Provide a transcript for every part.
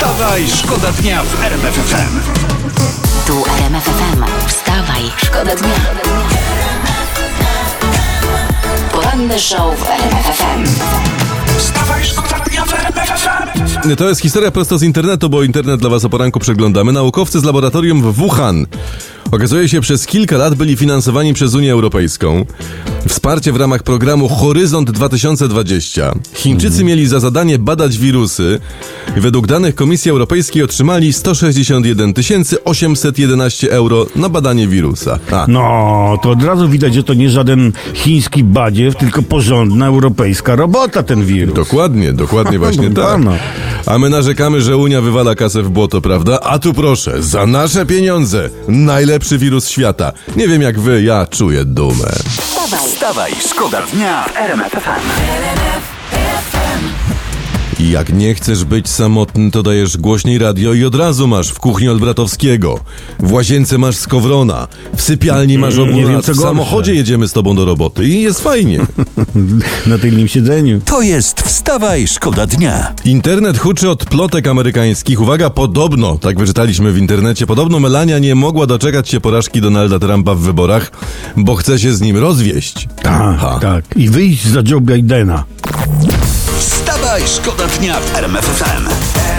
Wstawaj, szkoda dnia w RMF FM. Tu RMF FM. Wstawaj, szkoda dnia. Poranny show w RMF FM. Wstawaj, szkoda dnia w RMF FM. To jest historia prosto z internetu, bo internet dla was o poranku przeglądamy. Naukowcy z laboratorium w Wuhan, okazuje się, przez kilka lat byli finansowani przez Unię Europejską. Wsparcie w ramach programu Horyzont 2020. Chińczycy mieli za zadanie badać wirusy i według danych Komisji Europejskiej otrzymali 161 811 euro na badanie wirusa. No, to od razu widać, że to nie żaden chiński badziew, tylko porządna europejska robota ten wirus. Dokładnie właśnie tak. A my narzekamy, że Unia wywala kasę w błoto, prawda? A tu proszę, za nasze pieniądze najlepszy wirus świata. Nie wiem jak wy, ja czuję dumę. Wstawaj, szkoda dnia w RMF FM. I jak nie chcesz być samotny, to dajesz głośniej radio i od razu masz w kuchni Olbratowskiego, w łazience masz Skowrona, w sypialni masz Oburat, w samochodzie jedziemy z tobą do roboty i jest fajnie. Na tylnym siedzeniu. To jest Wstawaj, szkoda dnia. Internet huczy od plotek amerykańskich. Uwaga, podobno, tak wyczytaliśmy w internecie, podobno Melania nie mogła doczekać się porażki Donalda Trumpa w wyborach, bo chce się z nim rozwieść. Tak. I wyjść za Joe Bidena. Wstawaj, szkoda dnia w RMF FM.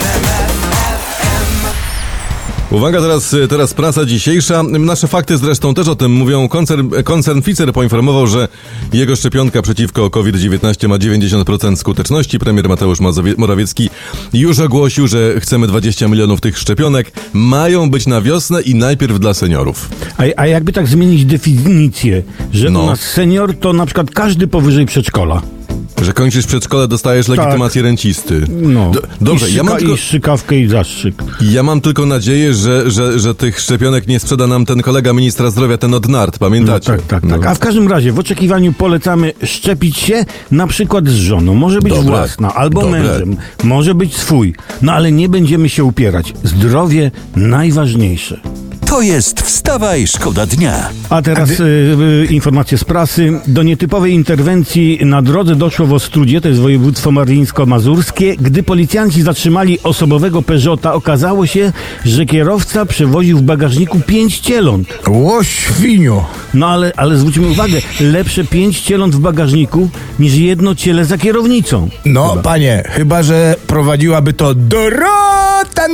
Uwaga, teraz prasa dzisiejsza. Nasze fakty zresztą też o tym mówią. Koncern Pfizer poinformował, że jego szczepionka przeciwko COVID-19 ma 90% skuteczności. Premier Mateusz Morawiecki już ogłosił, że chcemy 20 milionów tych szczepionek. Mają być na wiosnę i najpierw dla seniorów. A jakby tak zmienić definicję, że u nas senior to na przykład każdy powyżej przedszkola. Że kończysz przedszkole, dostajesz legitymację rencisty. No. Dobrze, I strzykawkę i zastrzyk. Ja mam tylko nadzieję, że tych szczepionek nie sprzeda nam ten kolega ministra zdrowia, ten od NART, pamiętacie? No, tak. A w każdym razie w oczekiwaniu polecamy szczepić się na przykład z żoną. Może być własna albo mężem. Może być swój. No ale nie będziemy się upierać. Zdrowie najważniejsze. To jest Wstawaj, szkoda dnia. A teraz informacje z prasy. Do nietypowej interwencji na drodze doszło w Ostródzie, to jest województwo mazyńsko-mazurskie. Gdy policjanci zatrzymali osobowego Peugeota, okazało się, że kierowca przewoził w bagażniku 5 cieląt. Ło, świnio! No ale zwróćmy uwagę, lepsze 5 cieląt w bagażniku niż jedno ciele za kierownicą. No, panie, chyba że prowadziłaby to Dorota,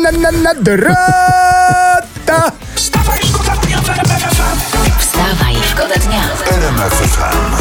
Dorota! Wstawaj, szkoda dnia w RMF FM. Wstawaj, szkoda dnia. RMF FM.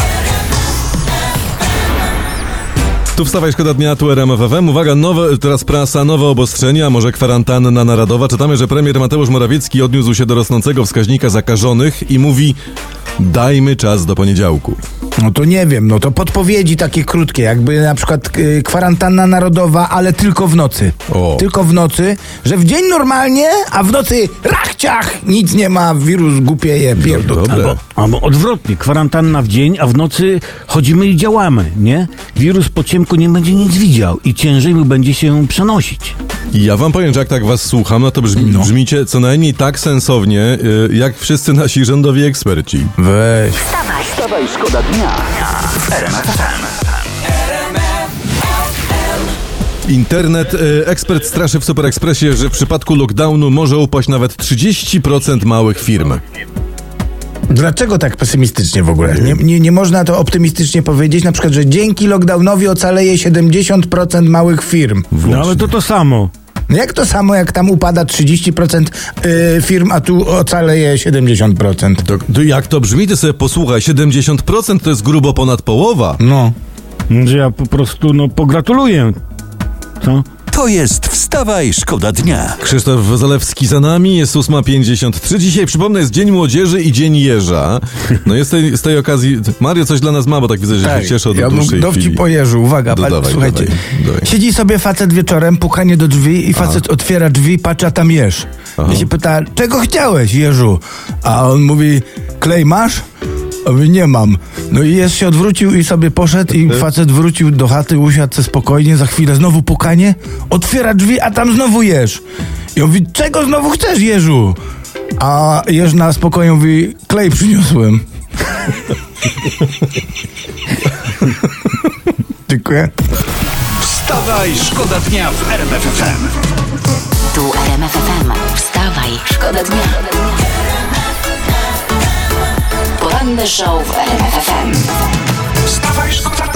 Tu Wstawaj, szkoda dnia, tu RMF FM. Uwaga, teraz prasa, nowe obostrzenia, może kwarantanna narodowa. Czytamy, że premier Mateusz Morawiecki odniósł się do rosnącego wskaźnika zakażonych i mówi: dajmy czas do poniedziałku. No to nie wiem, no to podpowiedzi takie krótkie, jakby na przykład kwarantanna narodowa, ale tylko w nocy. Tylko w nocy, że w dzień normalnie, a w nocy rachciach, nic nie ma, wirus głupieje, pierdol. Albo odwrotnie, kwarantanna w dzień, a w nocy chodzimy i działamy, nie? Wirus po ciemku nie będzie nic widział i ciężej mu będzie się przenosić. I ja wam powiem, że jak tak was słucham, no to brzmicie co najmniej tak sensownie, jak wszyscy nasi rządowi eksperci. Weź. Wstawaj, szkoda dnia w RMF FM. Internet, ekspert straszy w Super Expressie, że w przypadku lockdownu może upaść nawet 30% małych firm. Dlaczego tak pesymistycznie w ogóle? Nie można to optymistycznie powiedzieć, na przykład, że dzięki lockdownowi ocaleje 70% małych firm. No ale to samo. No jak to samo, jak tam upada 30% firm, a tu ocaleje 70%? To jak to brzmi, ty sobie posłuchaj, 70% to jest grubo ponad połowa. No. Że ja po prostu, pogratuluję. Co? To jest Wstawaj, szkoda dnia. Krzysztof Zalewski za nami, jest 8:53. Dzisiaj, przypomnę, jest Dzień Młodzieży i Dzień Jeża. No jest z tej okazji, Mario coś dla nas ma, bo tak widzę, że się cieszy od dłuższej chwili. Dowcip o Jeżu, uwaga, słuchajcie. Dawaj. Siedzi sobie facet wieczorem, pukanie do drzwi i facet otwiera drzwi, patrzy, a tam Jeż. I się pyta, czego chciałeś, Jeżu? A on mówi, klej masz? A mówi, nie mam. No i Jeż się odwrócił i sobie poszedł i facet wrócił do chaty, usiadł se spokojnie, za chwilę znowu pukanie, otwiera drzwi, a tam znowu Jeż. I on mówi, czego znowu chcesz, Jeżu? A Jeż na spokojnie mówi, klej przyniosłem. Dziękuję. Wstawaj, szkoda dnia w RMF FM. RMF FM. Wstawaj, szkoda dnia. Poranny show w RMF FM. Wstawaj, szkoda